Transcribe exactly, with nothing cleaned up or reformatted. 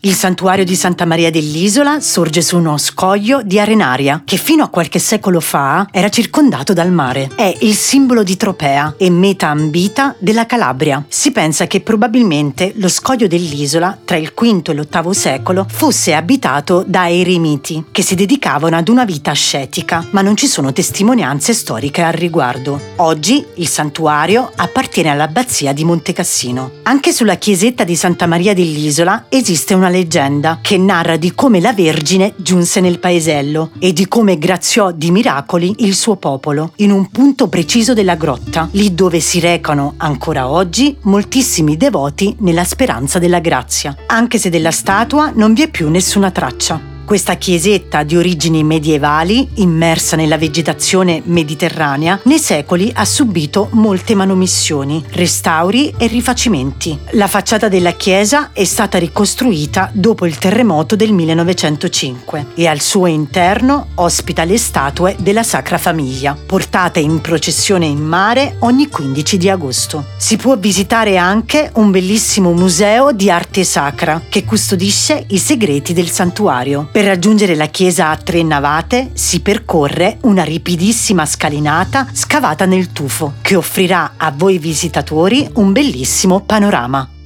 Il santuario di Santa Maria dell'Isola sorge su uno scoglio di arenaria che fino a qualche secolo fa era circondato dal mare. È il simbolo di Tropea e meta ambita della Calabria. Si pensa che probabilmente lo scoglio dell'isola, tra il quinto e l'ottavo secolo, fosse abitato da eremiti che si dedicavano ad una vita ascetica, ma non ci sono testimonianze storiche al riguardo. Oggi il santuario appartiene all'abbazia di Montecassino. Anche sulla chiesetta di Santa Maria dell'Isola esiste una leggenda che narra di come la Vergine giunse nel paesello e di come graziò di miracoli il suo popolo in un punto preciso della grotta, lì dove si recano ancora oggi moltissimi devoti nella speranza della grazia, anche se della statua non vi è più nessuna traccia. Questa chiesetta di origini medievali, immersa nella vegetazione mediterranea, nei secoli ha subito molte manomissioni, restauri e rifacimenti. La facciata della chiesa è stata ricostruita dopo il terremoto del millenovecentocinque e al suo interno ospita le statue della Sacra Famiglia, portate in processione in mare ogni quindici di agosto. Si può visitare anche un bellissimo museo di arte sacra che custodisce i segreti del santuario. Per raggiungere la chiesa a tre navate si percorre una ripidissima scalinata scavata nel tufo che offrirà a voi visitatori un bellissimo panorama.